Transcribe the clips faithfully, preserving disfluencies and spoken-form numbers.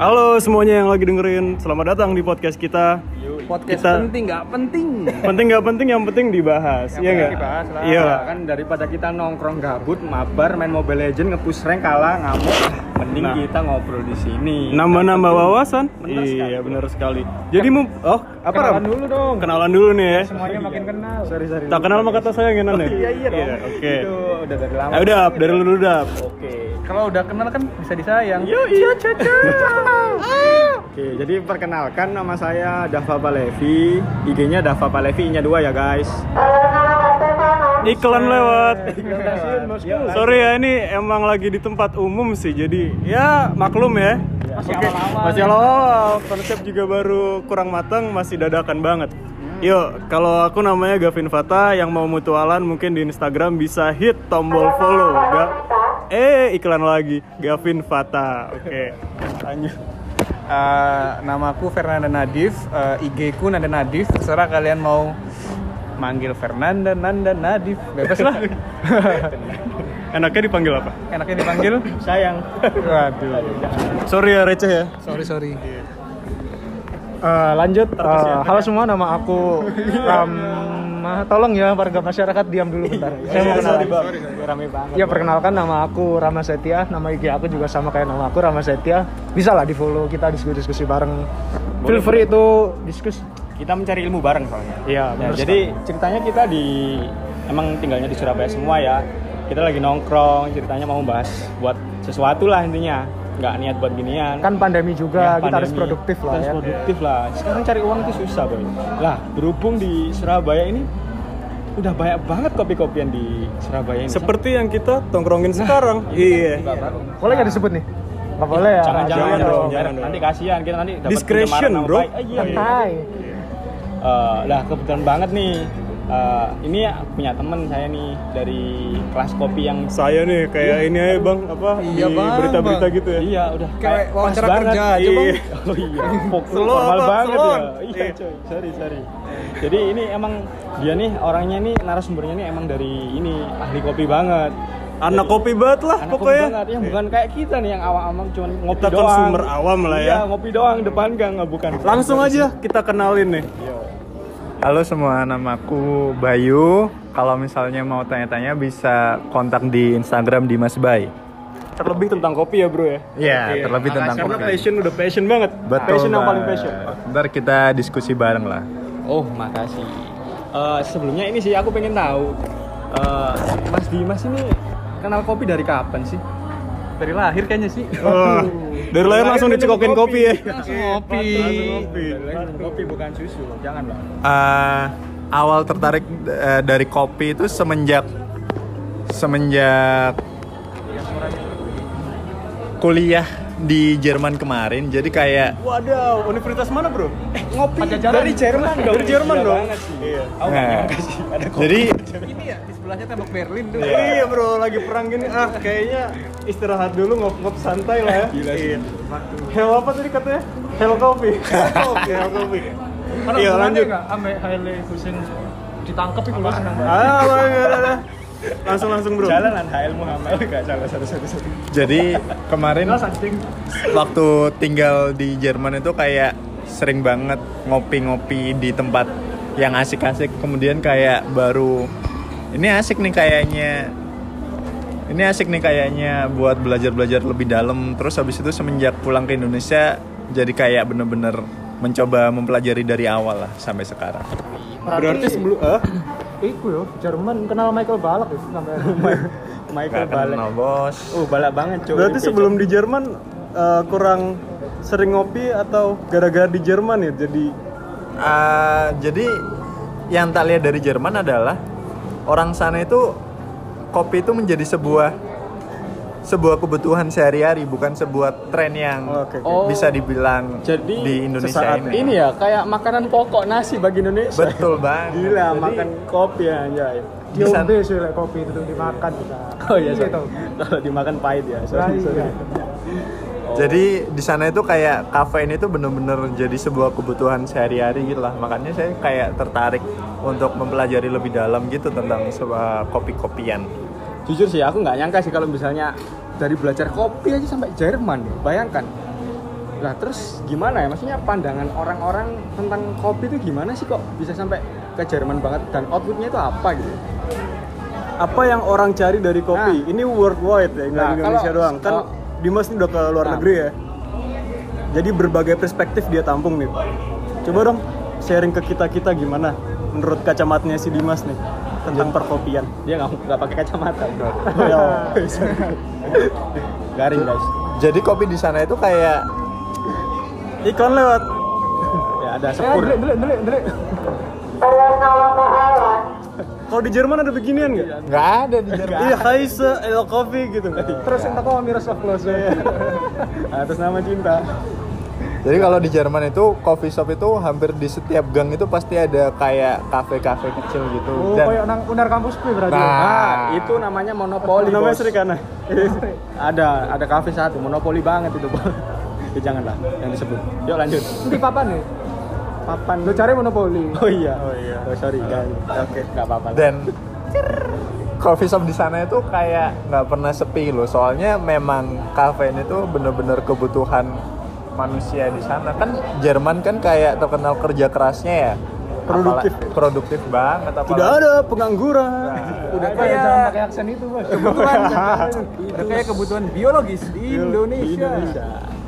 Halo semuanya yang lagi dengerin, selamat datang di podcast kita. Podcast kita... penting nggak penting? Penting nggak penting, yang penting dibahas, iya nggak? Dibahas lah. Iya. Kan daripada kita nongkrong gabut, mabar, main Mobile Legends, nge-push rank kalah, ngamuk, mending nah. kita ngobrol di sini. Nambah-nambah wawasan. Bener iya, sekali. benar sekali. Jadi mau, oh apa Kenalan Ram? dulu dong. Kenalan dulu nih ya. Semuanya makin kenal. Sorry sorry. Tak kenal maka kata saya ngenan ya. Iya iya dong. Oke. Okay. Itu udah dari lama. Ayo dap, dari lu dulu dap. Oke. Kalau udah kenal kan bisa disayang. Yo iya caca. Oke, jadi perkenalkan nama saya Dava Palevi. I G-nya Dava Palevi, I-nya dua ya guys. Iklan lewat. Yo, Sorry ya, ini emang lagi di tempat umum sih, jadi ya maklum ya. Masih Oke, awal-awal. masih awal-awal. Konsep juga baru kurang matang, masih dadakan banget. Yuk, kalau aku namanya Gavin Fata, yang mau mutualan mungkin di Instagram bisa hit tombol follow. Gak? Eh, iklan lagi. Gavin Fata. Oke, lanjut. Uh, namaku Fernanda Nadif, uh, I G-ku Nanda Nadif. Terserah kalian mau manggil Fernanda, Nanda, Nadif, bebas lah. Enaknya dipanggil apa? Enaknya dipanggil Sayang. waduh. Sorry ya, receh ya. Sorry sorry. Uh, lanjut. Uh, halo semua, nama aku Ram. Tolong ya warga masyarakat diam dulu bentar. Saya mau kenalan. Rame banget. Ya perkenalkan, nama aku Rama Setia. Nama I G aku juga sama kayak nama aku, Rama Setia. Bisa lah di follow, kita diskusi-diskusi bareng. Feel free itu diskus. Kita mencari ilmu bareng soalnya. Iya, Nah, jadi ceritanya kita di emang tinggalnya di Surabaya semua ya. Kita lagi nongkrong, ceritanya mau bahas buat sesuatu lah intinya. Nggak niat buat ginian. Kan pandemi juga, Ya, kita harus pandemi. produktif lah Harus ya. produktif lah. Sekarang cari uang itu susah, boy. Lah, berhubung di Surabaya ini udah banyak banget kopi-kopian di Surabaya ini. Seperti yang kita tongkrongin sekarang. Iya. Boleh nggak disebut nih? Nggak boleh ya? Jangan jangan Jangan dong, dong, jangan dong. nanti kasihan kita nanti dapat Discretion, pencemaran nama bro. baik. Ah, iya, iya. Hai. Eh, lah kebetulan banget nih. Eh, ini ya punya temen saya nih dari kelas kopi yang Saya nih kayak ini aja bang, apa Iya, di Bang, berita-berita Bang. gitu ya. iya udah Kayak pas wawancara banget. kerja aja, Bang. Iya. Oh iya. Fok- Slow formal apa? banget Slow. ya. Iya coy. Sorry sorry. Jadi ini emang dia nih orangnya nih narasumbernya nih emang dari ini ahli kopi banget. Anak kopi banget lah Anak pokoknya. kopi banget, yang bukan kayak kita nih yang awam-awam cuma ngopi Kita doang. consumer awam lah ya. Iya, ngopi doang depan gang, bukan. Langsung aja kita kenalin nih. Halo semua, namaku Bayu. Kalau misalnya mau tanya-tanya bisa kontak di Instagram Dimas Bay. Terlebih tentang kopi ya bro ya. Iya, terlebih tentang Karena kopi. passion udah passion banget. Betul. Passion yang Bang. paling passion. Ntar kita diskusi bareng lah. Oh, makasih. Eh, sebelumnya ini sih aku pengen tahu, eh, Mas Dimas ini kenal kopi dari kapan sih? Dari lahir kayaknya sih. Oh, dari lahir langsung dicekokin kopi ya. Langsung ngopi. Langsung ngopi. Langsung kopi bukan susu. Jangan, Bang. Uh, awal tertarik uh, dari kopi itu semenjak semenjak kuliah di Jerman kemarin. Jadi kayak Waduh, universitas mana bro? Eh, ngopi Pajajaran. dari Jerman dong. Dari Jerman Gila dong. banget sih. Iya. Aku nggak Nah, nyangka sih ada kopi. jadi Ini ya di sebelahnya tembok Berlin tuh. Iya bro, lagi perang gini. Ah, kayaknya istirahat dulu, ngop-ngop santai lah ya. Gila sih. Iya. Hell apa tadi katanya? Hell coffee. Hell coffee. Iya lanjut. Nggak, ame Haile Hussein ditangkap itu loh, senang banget. Ah, apa, enggak ada. Langsung langsung bro. Jalan H L Muhammad enggak salah satu-satu. jadi kemarin waktu tinggal di Jerman itu kayak sering banget ngopi-ngopi di tempat yang asik-asik. Kemudian kayak baru ini asik nih kayaknya. Ini asik nih kayaknya buat belajar-belajar lebih dalam. Terus habis itu semenjak pulang ke Indonesia jadi kayak bener-bener mencoba mempelajari dari awal lah sampai sekarang. Berarti sebelum ah Iku yo, Jerman kenal Michael Ballack ya sampai. Michael Gak Balak. kenal bos. Oh, balak banget, coy. berarti sebelum di Jerman eh, kurang sering ngopi atau gara-gara di Jerman ya jadi Uh, jadi yang tak lihat dari Jerman adalah orang sana itu kopi itu menjadi sebuah sebuah kebutuhan sehari-hari, bukan sebuah tren yang Oke, oke. Oh, bisa dibilang jadi di Indonesia sesaat ini. ini ya kayak makanan pokok nasi bagi Indonesia. Betul banget. gila Jadi, makan kopi anjay. Diombe sih like kopi itu tuh dimakan bisa. Oh iya, sorry. Gitu. Kalau dimakan pahit ya. Sorry, Nah, sorry. iya. Jadi di sana itu kayak kafein itu bener-bener jadi sebuah kebutuhan sehari-hari gitu lah. Makanya saya kayak tertarik untuk mempelajari lebih dalam gitu tentang sebuah kopi-kopian. Jujur sih aku nggak nyangka sih kalau misalnya dari belajar kopi aja sampai Jerman. Bayangkan Lah terus gimana ya? Maksudnya pandangan orang-orang tentang kopi itu gimana sih kok bisa sampai ke Jerman banget dan outputnya itu apa gitu? Apa yang orang cari dari kopi? Nah. Ini worldwide ya, nggak Nah, di Indonesia kalau- doang. Kan kalau- Dimas ini udah ke luar Nah. negeri ya. Jadi berbagai perspektif dia tampung nih. Coba dong sharing ke kita-kita gimana menurut kacamatanya si Dimas nih tentang perkopian. Dia nggak nggak pakai kacamata, bro. Oh, ya. Garing guys. Jadi kopi di sana itu kayak Iklan lewat. Ya ada Eh, sepur. delik, delik, delik, delik. Kalau di Jerman ada beginian nggak? nggak ada di Jerman. Iya, Heise, El Coffee gitu. Terus yang toko Miroslav Klose. Atas nama cinta. Jadi kalau di Jerman itu coffee shop itu hampir di setiap gang itu pasti ada kayak kafe-kafe kecil gitu. Oh, Dan kayak nang Unar kampus gue berarti. Nah. Nah, itu namanya monopoli. Namanya bos. Serikana. Ada ada kafe satu, monopoli banget itu, Bos. Ya janganlah yang disebut. Yuk lanjut. Di papan nih. Papan. Lo cari monopoli. Oh iya. Oh iya. Oh sorry, guys. Oke, enggak apa-apa. dan coffee shop di sana itu kayak nggak pernah sepi loh. Soalnya memang kafe ini tuh bener-bener kebutuhan manusia di sana. Kan Jerman kan kayak terkenal kerja kerasnya ya. Produktif. Apalagi- produktif banget. Tidak apalagi- ada pengangguran. Udah kayak- kayak jangan pakai aksen itu, Bos. kebutuhan udah kayak kebutuhan biologis di Indonesia. Di Indonesia.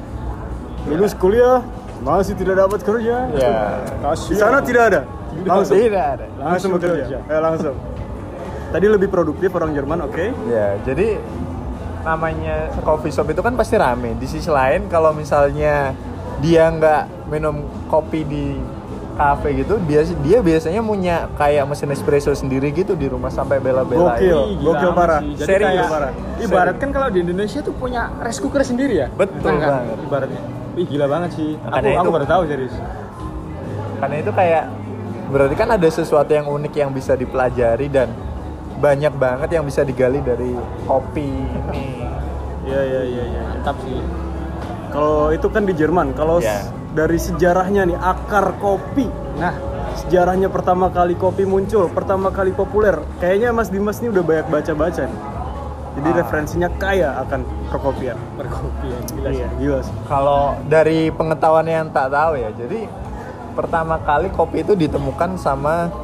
Lulus kuliah masih tidak dapat kerja. Ya. Di sana tidak ada. Langsung. Tidak ada. Langsung bekerja. Eh, langsung. Tadi lebih produktif orang Jerman, oke? Ya, jadi namanya coffee shop itu kan pasti rame. Di sisi lain kalau misalnya dia nggak minum kopi di kafe gitu, dia dia biasanya punya kayak mesin espresso sendiri gitu di rumah sampai bela-belain. Gokil. Ih, gila Gokil amat parah. sih. Jadi Serius kayak, parah. Ibarat kan kalau di Indonesia tuh punya rice cooker sendiri ya? Betul Kan, kan? banget. Ibaratnya. Wih, gila banget sih. Aku Makanya aku itu- baru tahu serius. Karena itu kayak berarti kan ada sesuatu yang unik yang bisa dipelajari dan banyak banget yang bisa digali dari kopi ini. Iya, iya, iya, iya. Mantap sih. Kalau itu kan di Jerman. Kalau Ya. s- dari sejarahnya nih akar kopi. Nah, Sejarahnya pertama kali kopi muncul, pertama kali populer. Kayaknya Mas Dimas nih udah banyak baca-baca nih. Jadi Ah. referensinya kaya akan perkopian. perkopian gila sih. Iya, gila sih. Kalau dari pengetahuan yang tak tahu ya, jadi pertama kali kopi itu ditemukan sama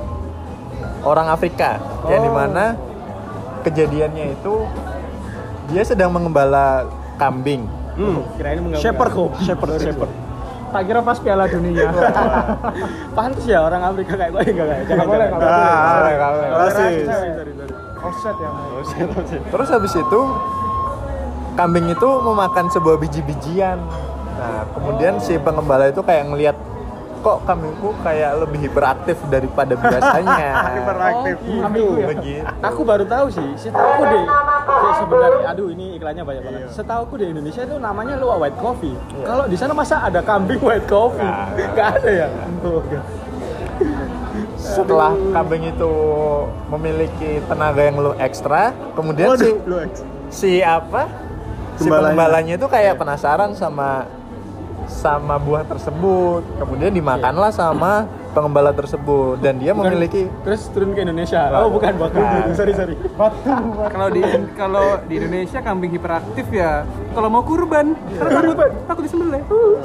orang Afrika, yang Oh. dimana kejadiannya itu dia sedang mengembala kambing. Hmm. Kirain menggabungkan. Shepherd, shepherd, shepherd. Tak kira pas Piala Dunia. Pantes ya orang Afrika kayak gue enggak kayak. Jangan boleh, jangan. nggak boleh. Ah, boleh, nggak boleh. rasis. Sorry, sorry, sorry. Offset ya. Mas. Terus habis itu kambing itu memakan sebuah biji-bijian. Nah, kemudian si pengembala itu kayak ngelihat kok kambingku kayak lebih hiperaktif daripada biasanya. Hiperaktif. Oh, Kambingku ya. Begitu. Aku baru tahu sih, setahu deh. Se- Sebenarnya, aduh ini iklannya banyak banget. Setahu di Indonesia itu namanya luwak white coffee. Kalau di sana masa ada kambing white coffee? Nggak. Nggak ada ya? Oh, nggak. Setelah kambing itu memiliki tenaga yang lu ekstra, kemudian si Waduh, lu ex. si apa? Si Gembalanya. pengembalanya itu kayak penasaran sama sama buah tersebut. Kemudian dimakanlah sama pengembala tersebut dan dia Bukan- memiliki Terus turun ke Indonesia. Oh, bukan buat Bukan. sorry sorry. Kalau di kalau di Indonesia kambing hiperaktif ya kalau mau kurban karena takut takut disembelih.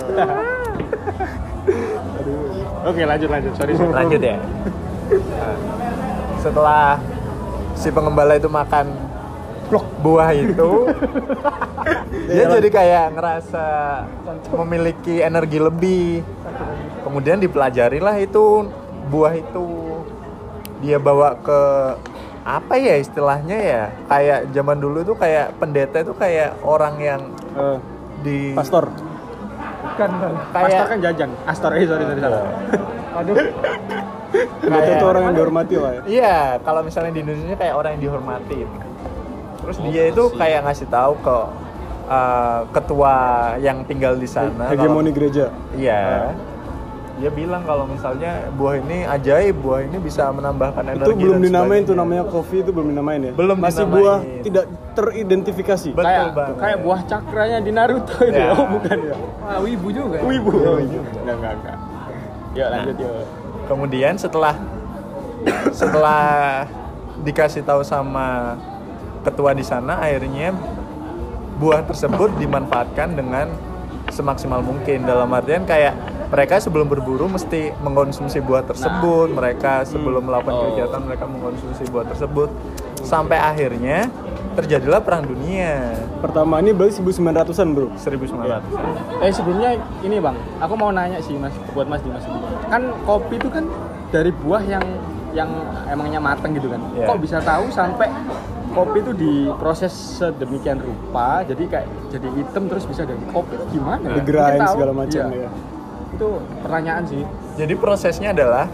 Oke, lanjut lanjut. Sorry. sorry. lanjut ya. Nah, setelah si pengembala itu makan buah itu, dia jadi kayak ngerasa memiliki energi lebih. Kemudian dipelajarilah itu buah itu, dia bawa ke apa ya istilahnya ya, kayak zaman dulu tuh kayak pendeta itu kayak orang yang Eh, di pastor. Bukan, Bang. Pastor kayak kan jajan. Astor, eh sorry sorry salah. Aduh. Pendeta itu orang yang dihormati lah ya. Iya, kalau misalnya di Indonesia kayak orang yang dihormati. Terus dia itu kayak ngasih tahu ke uh, ketua yang tinggal di sana. Hegemoni kalau- gereja. Iya. Dia bilang kalau misalnya buah ini ajaib, buah ini bisa menambahkan energi. Itu belum dan dinamain tuh sebagainya. namanya kopi itu belum dinamain ya. Belum Masih dinamain. buah tidak teridentifikasi. Betul Kayak banget. kayak buah cakranya di Naruto itu. Ya. Oh, bukan ya. Wah, wibu juga. Wibu. Wibu. Enggak enggak enggak. Yuk lanjut yuk. Kemudian setelah setelah dikasih tahu sama ketua di sana, akhirnya buah tersebut dimanfaatkan dengan semaksimal mungkin. Dalam artian kayak mereka sebelum berburu mesti mengkonsumsi buah tersebut, nah. mereka sebelum melakukan oh. kegiatan mereka mengkonsumsi buah tersebut, sampai akhirnya terjadilah perang dunia. Pertama ini berarti seribu sembilan ratusan bro. seribu sembilan ratus. Eh sebelumnya ini bang, aku mau nanya sih mas, buat mas Dimas. Kan kopi itu kan dari buah yang yang emangnya mateng gitu kan. Yeah. Kok bisa tahu sampai kopi itu diproses sedemikian rupa, jadi kayak jadi hitam terus bisa dari kopi itu gimana? Digrind segala macam iya. ya. Itu pertanyaan sih. Jadi prosesnya adalah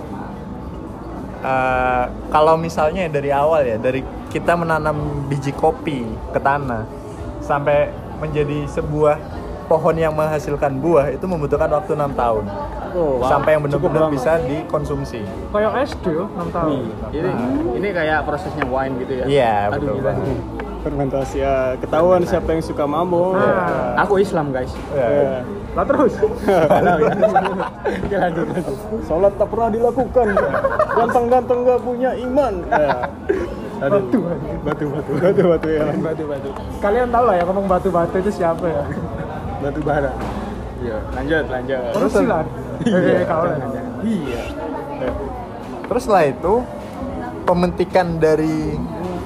uh, kalau misalnya dari awal ya, dari kita menanam biji kopi ke tanah sampai menjadi sebuah pohon yang menghasilkan buah itu membutuhkan waktu enam tahun. Oh, wow. Sampai yang benar-benar bisa dikonsumsi. Kayak S D ya, enam tahun. Ini nah. ini kayak prosesnya wine gitu ya. Iya, betul. Fermentasi ya, ketahuan siapa yang suka mabuk. Nah. Ya. Aku Islam, guys. Ya. Ya. Lah terus. Ya, lanjut, lanjut. Salat tak pernah dilakukan. Ganteng-ganteng gak punya iman. Ya. Batu, batu, batu, batu, batu ya. Batu, batu. Kalian tahu lah ya ngomong batu-batu itu siapa ya? Batu bara. Iya, lanjut, lanjut. Terus silat. Iya, kawan. Iya. Terus setelah itu pemetikan dari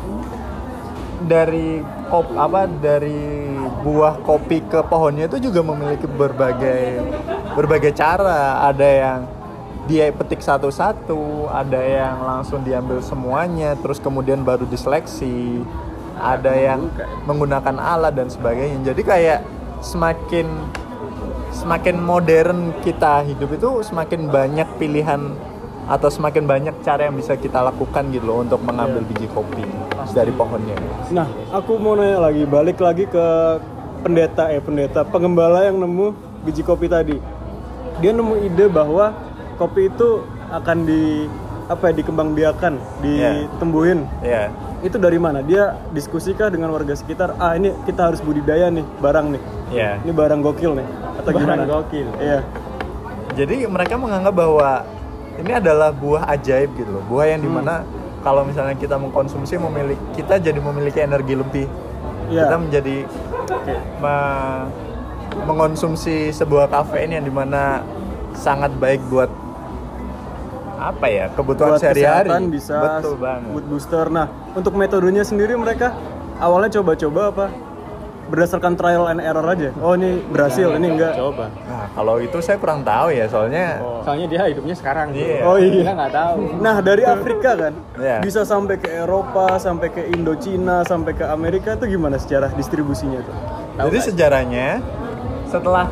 dari kop apa dari buah kopi ke pohonnya itu juga memiliki berbagai berbagai cara. Ada yang dia petik satu-satu, ada yang langsung diambil semuanya, terus kemudian baru diseleksi, ada yang menggunakan alat dan sebagainya. Jadi kayak semakin semakin modern kita hidup itu semakin banyak pilihan atau semakin banyak cara yang bisa kita lakukan gitu loh untuk mengambil biji kopi dari pohonnya. Nah, aku mau nanya lagi, balik lagi ke pendeta eh pendeta pengembala yang nemu biji kopi tadi. Dia nemu ide bahwa kopi itu akan di apa ya dikembangbiakan, ditumbuhin. Iya. Yeah. Itu dari mana? Dia diskusikah dengan warga sekitar? Ah, ini kita harus budidaya nih barang nih. Iya. Yeah. Ini barang gokil nih. Atau barang gimana? Gokil. Iya. Jadi mereka menganggap bahwa ini adalah buah ajaib gitu loh. Buah yang dimana hmm. kalau misalnya kita mengkonsumsi memiliki kita jadi memiliki energi lebih. Yeah. Kita menjadi okay. me- mengonsumsi sebuah kafein yang dimana sangat baik buat apa ya kebutuhan buat sehari-hari. Kesehatan bisa, betul banget. Mood booster. Nah, untuk metodenya sendiri mereka awalnya coba-coba apa? Berdasarkan trial and error aja. Oh, ini berhasil, nah, ini enggak. Coba. Nah, kalau itu saya kurang tahu ya, soalnya oh. soalnya dia hidupnya sekarang. Yeah. Oh iya. Kita nggak tahu. Nah, dari Afrika kan yeah. bisa sampai ke Eropa, sampai ke Indochina, sampai ke Amerika itu gimana secara distribusinya tuh? Jadi sejarahnya setelah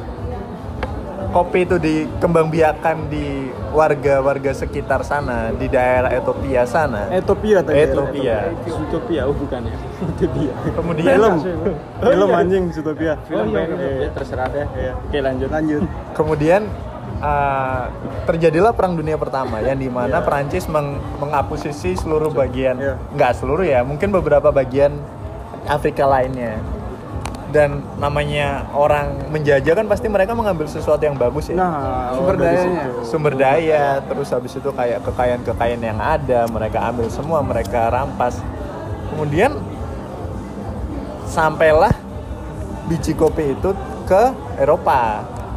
kopi itu dikembangbiakan di warga-warga sekitar sana di daerah Ethiopia sana. Ethiopia tadi. Ethiopia. Utopia oh bukan ya. Utopia. Kemudian film. Film anjing Utopia. Film oh, iya, iya. terserah deh. Iya. Oke, lanjut. Lanjut. Kemudian uh, terjadilah Perang Dunia Pertama yang dimana yeah. Perancis meng- mengakuisisi seluruh bagian, yeah. nggak seluruh ya, mungkin beberapa bagian Afrika lainnya. Dan namanya orang menjajah kan pasti mereka mengambil sesuatu yang bagus ya. Nah, sumber dayanya. Sumber daya, terus habis itu kayak kekayaan-kekayaan yang ada, mereka ambil semua, mereka rampas. Kemudian sampailah biji kopi itu ke Eropa.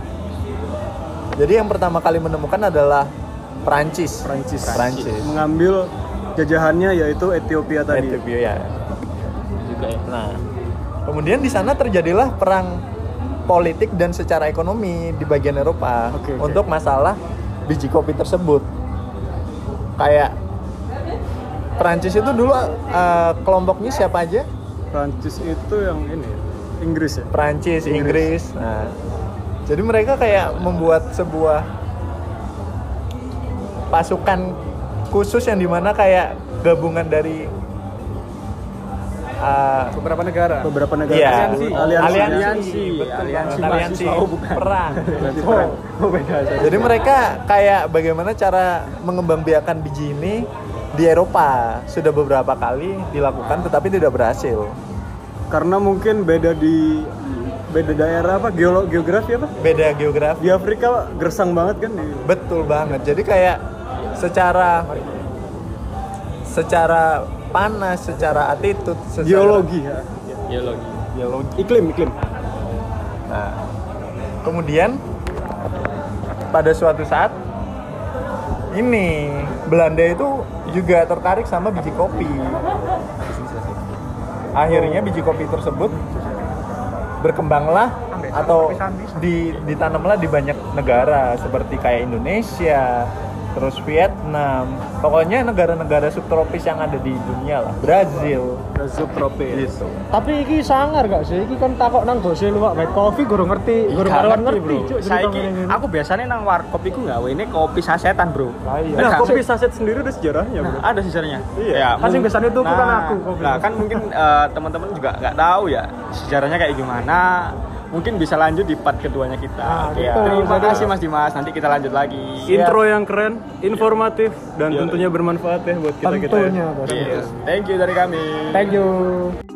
Jadi yang pertama kali menemukan adalah Perancis. Perancis. Perancis. Mengambil jajahannya yaitu Ethiopia tadi. Ethiopia. Juga ya. Nah, kemudian di sana terjadilah perang politik dan secara ekonomi di bagian Eropa okay, okay. untuk masalah biji kopi tersebut. Kayak Perancis itu dulu uh, kelompoknya siapa aja? Perancis itu yang ini Inggris ya? Perancis, Inggris. Inggris. Nah, jadi mereka kayak membuat sebuah pasukan khusus yang dimana kayak gabungan dari Uh, beberapa negara. Beberapa negara. Iya. Aliansi. Aliansi. Aliansi. Betul. Aliansi. Aliansi. Oh, bukan. Perang. Oh, oh beda. Jadi mereka kayak bagaimana cara mengembangbiakan biji ini di Eropa sudah beberapa kali dilakukan tetapi tidak berhasil. Karena mungkin beda di beda daerah apa geolo- geografi apa? Beda geografi. Di Afrika gersang banget kan? Di... Betul banget. Jadi kayak secara secara panas, secara attitude, secara geologi ya. Geologi. Geologi. Iklim, iklim. Nah, Kemudian pada suatu saat ini Belanda itu juga tertarik sama biji kopi. Akhirnya biji kopi tersebut berkembanglah atau di, ditanamlah di banyak negara seperti kayak Indonesia, terus Vietnam, pokoknya negara-negara subtropis yang ada di dunia lah, Brazil, subtropis. gitu. Tapi iki sangar gak sih? Iki kan takok nang bose luwak white coffee gurung ngerti, gurung Gak karuan ngerti, ngerti, bro. Cuk. Saiki aku biasanya nang warkop iku gawe ini kopi sasetan, bro. Lah iya. Nah, Gak- kopi saset sendiri ada sejarahnya, bro. Nah, ada sejarahnya. Iya. Ya, Kan sing mung- biasanya tuku kan aku kopi. Nah, kan mungkin eh, teman-teman juga nggak tahu ya sejarahnya kayak gimana. Mungkin bisa lanjut di part keduanya kita. Nah, Ya, gitu. terima Jadi- kasih Mas Dimas. Nanti kita lanjut lagi. Intro yang keren, informatif, dan Iya. tentunya bermanfaat ya buat kita-kita. Tentunya, Bos. Yes. Thank you dari kami. Thank you.